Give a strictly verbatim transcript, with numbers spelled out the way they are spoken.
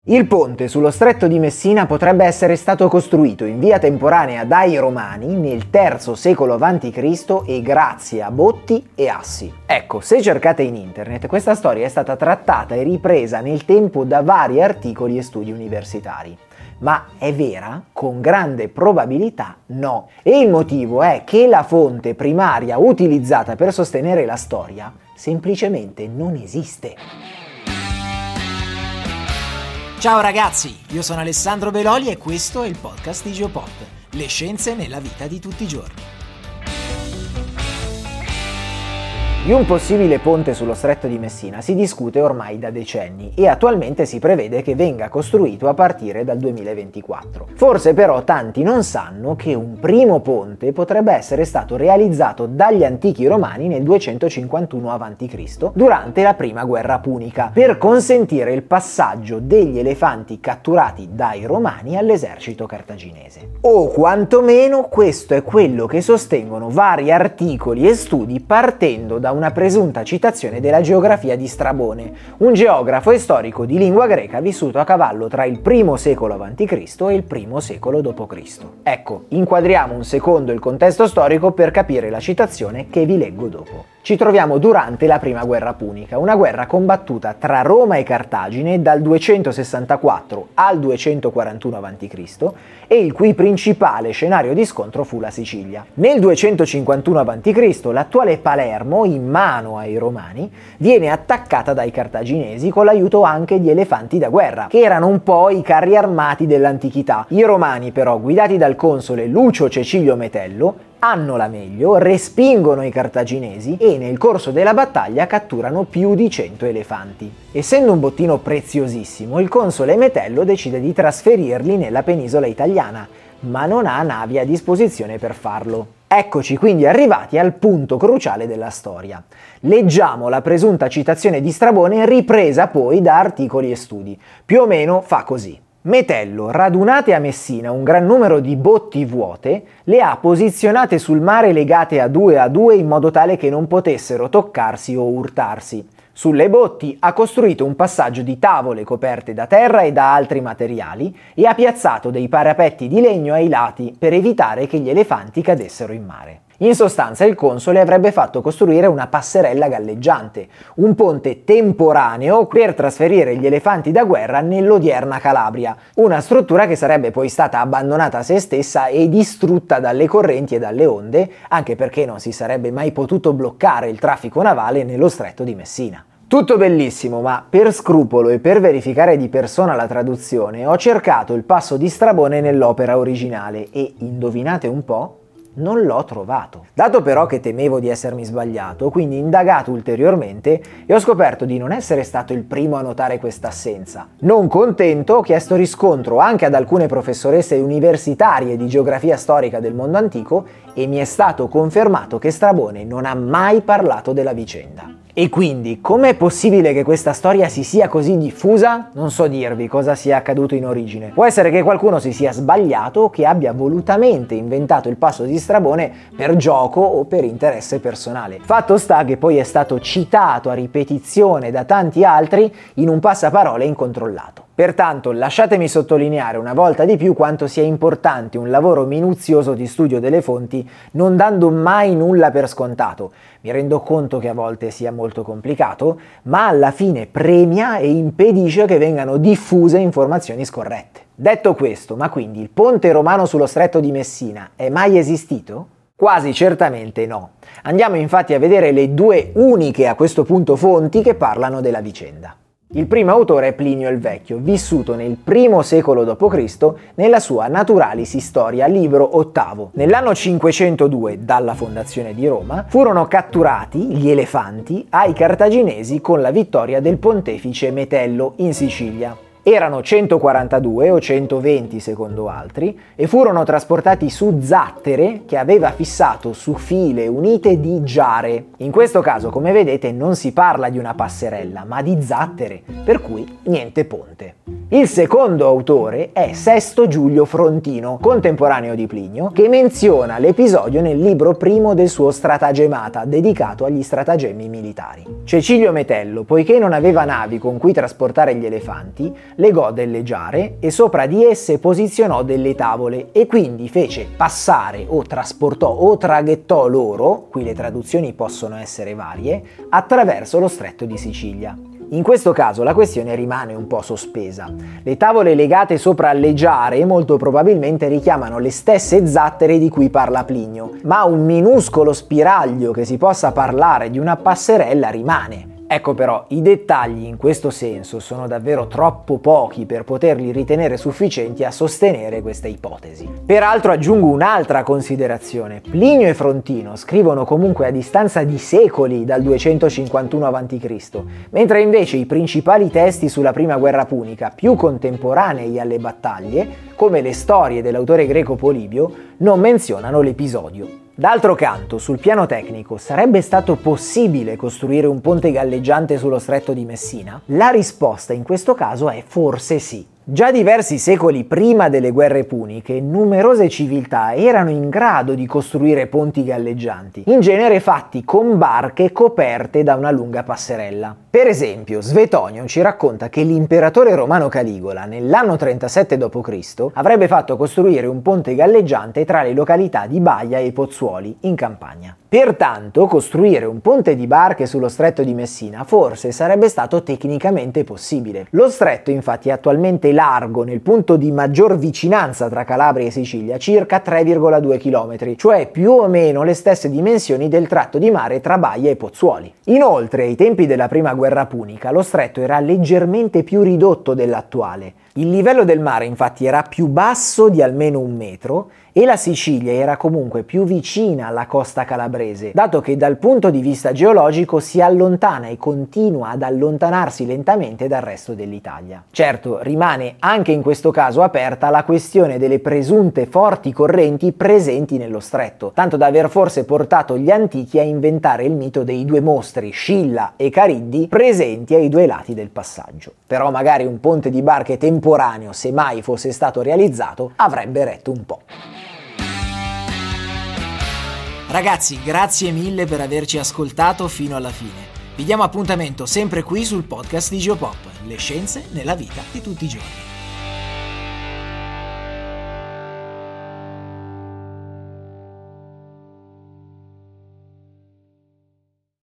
Il ponte sullo stretto di Messina potrebbe essere stato costruito in via temporanea dai Romani nel terzo secolo avanti Cristo e grazie a botti e assi. Ecco, se cercate in internet, questa storia è stata trattata e ripresa nel tempo da vari articoli e studi universitari. Ma è vera? Con grande probabilità no. E il motivo è che la fonte primaria utilizzata per sostenere la storia semplicemente non esiste. Ciao ragazzi, io sono Alessandro Beloli e questo è il podcast di Geopop, le scienze nella vita di tutti i giorni. Di un possibile ponte sullo stretto di Messina si discute ormai da decenni e attualmente si prevede che venga costruito a partire dal duemilaventiquattro. Forse però tanti non sanno che un primo ponte potrebbe essere stato realizzato dagli antichi romani nel duecentocinquantuno avanti Cristo durante la prima guerra punica per consentire il passaggio degli elefanti catturati dai romani all'esercito cartaginese. O quantomeno questo è quello che sostengono vari articoli e studi partendo da una presunta citazione della geografia di Strabone, un geografo e storico di lingua greca vissuto a cavallo tra il primo secolo avanti Cristo e il primo secolo dopo Cristo. Ecco, inquadriamo un secondo il contesto storico per capire la citazione che vi leggo dopo. Ci troviamo durante la prima guerra punica, una guerra combattuta tra Roma e Cartagine dal duecentosessantaquattro al duecentoquarantuno avanti Cristo e il cui principale scenario di scontro fu la Sicilia. Nel duecentocinquantuno avanti Cristo l'attuale Palermo, in mano ai romani, viene attaccata dai cartaginesi con l'aiuto anche di elefanti da guerra, che erano un po' i carri armati dell'antichità. I romani però, guidati dal console Lucio Cecilio Metello, hanno la meglio, respingono i cartaginesi e nel corso della battaglia catturano più di cento elefanti. Essendo un bottino preziosissimo, il console Metello decide di trasferirli nella penisola italiana, ma non ha navi a disposizione per farlo. Eccoci quindi arrivati al punto cruciale della storia. Leggiamo la presunta citazione di Strabone ripresa poi da articoli e studi. Più o meno fa così. Metello, radunate a Messina un gran numero di botti vuote, le ha posizionate sul mare legate a due a due in modo tale che non potessero toccarsi o urtarsi. Sulle botti ha costruito un passaggio di tavole coperte da terra e da altri materiali e ha piazzato dei parapetti di legno ai lati per evitare che gli elefanti cadessero in mare. In sostanza il console avrebbe fatto costruire una passerella galleggiante, un ponte temporaneo per trasferire gli elefanti da guerra nell'odierna Calabria, una struttura che sarebbe poi stata abbandonata a se stessa e distrutta dalle correnti e dalle onde, anche perché non si sarebbe mai potuto bloccare il traffico navale nello stretto di Messina. Tutto bellissimo, ma per scrupolo e per verificare di persona la traduzione ho cercato il passo di Strabone nell'opera originale e, indovinate un po', non l'ho trovato. Dato però che temevo di essermi sbagliato, quindi indagato ulteriormente e ho scoperto di non essere stato il primo a notare questa assenza. Non contento, ho chiesto riscontro anche ad alcune professoresse universitarie di geografia storica del mondo antico e mi è stato confermato che Strabone non ha mai parlato della vicenda. E quindi, com'è possibile che questa storia si sia così diffusa? Non so dirvi cosa sia accaduto in origine. Può essere che qualcuno si sia sbagliato o che abbia volutamente inventato il passo di Strabone per gioco o per interesse personale. Fatto sta che poi è stato citato a ripetizione da tanti altri in un passaparole incontrollato. Pertanto lasciatemi sottolineare una volta di più quanto sia importante un lavoro minuzioso di studio delle fonti, non dando mai nulla per scontato. Mi rendo conto che a volte sia molto complicato, ma alla fine premia e impedisce che vengano diffuse informazioni scorrette. Detto questo, ma quindi il ponte romano sullo stretto di Messina è mai esistito? Quasi certamente no. Andiamo infatti a vedere le due uniche a questo punto fonti che parlano della vicenda. Il primo autore è Plinio il Vecchio, vissuto nel primo secolo dopo Cristo nella sua Naturalis Historia, libro ottavo. Nell'anno cinquecentodue, dalla fondazione di Roma, furono catturati gli elefanti ai cartaginesi con la vittoria del pontefice Metello in Sicilia. Erano centoquarantadue o centoventi secondo altri e furono trasportati su zattere che aveva fissato su file unite di giare. In questo caso, come vedete, non si parla di una passerella, ma di zattere, per cui niente ponte. Il secondo autore è Sesto Giulio Frontino, contemporaneo di Plinio, che menziona l'episodio nel libro primo del suo Stratagemata, dedicato agli stratagemmi militari. Cecilio Metello, poiché non aveva navi con cui trasportare gli elefanti, legò delle giare e sopra di esse posizionò delle tavole e quindi fece passare o trasportò o traghettò loro, qui le traduzioni possono essere varie, attraverso lo stretto di Sicilia. In questo caso la questione rimane un po' sospesa. Le tavole legate sopra alle giare molto probabilmente richiamano le stesse zattere di cui parla Plinio, ma un minuscolo spiraglio che si possa parlare di una passerella rimane. Ecco però, i dettagli in questo senso sono davvero troppo pochi per poterli ritenere sufficienti a sostenere questa ipotesi. Peraltro aggiungo un'altra considerazione. Plinio e Frontino scrivono comunque a distanza di secoli dal duecentocinquantuno avanti Cristo, mentre invece i principali testi sulla prima guerra punica, più contemporanei alle battaglie, come le storie dell'autore greco Polibio, non menzionano l'episodio. D'altro canto, sul piano tecnico, sarebbe stato possibile costruire un ponte galleggiante sullo stretto di Messina? La risposta in questo caso è forse sì. Già diversi secoli prima delle guerre puniche, numerose civiltà erano in grado di costruire ponti galleggianti, in genere fatti con barche coperte da una lunga passerella. Per esempio, Svetonio ci racconta che l'imperatore romano Caligola, nell'anno trentasette dopo Cristo, avrebbe fatto costruire un ponte galleggiante tra le località di Baia e Pozzuoli, in Campania. Pertanto, costruire un ponte di barche sullo stretto di Messina forse sarebbe stato tecnicamente possibile. Lo stretto, infatti, è attualmente largo nel punto di maggior vicinanza tra Calabria e Sicilia, circa tre virgola due chilometri, cioè più o meno le stesse dimensioni del tratto di mare tra Baia e Pozzuoli. Inoltre, ai tempi della prima guerra punica, lo stretto era leggermente più ridotto dell'attuale. Il livello del mare infatti era più basso di almeno un metro e la Sicilia era comunque più vicina alla costa calabrese, dato che dal punto di vista geologico si allontana e continua ad allontanarsi lentamente dal resto dell'Italia. Certo, rimane anche in questo caso aperta la questione delle presunte forti correnti presenti nello stretto, tanto da aver forse portato gli antichi a inventare il mito dei due mostri, Scilla e Cariddi, presenti ai due lati del passaggio. Però magari un ponte di barche temporaneo, se mai fosse stato realizzato, avrebbe retto un po'. Ragazzi, grazie mille per averci ascoltato fino alla fine. Vi diamo appuntamento sempre qui sul podcast di Geopop, le scienze nella vita di tutti i giorni.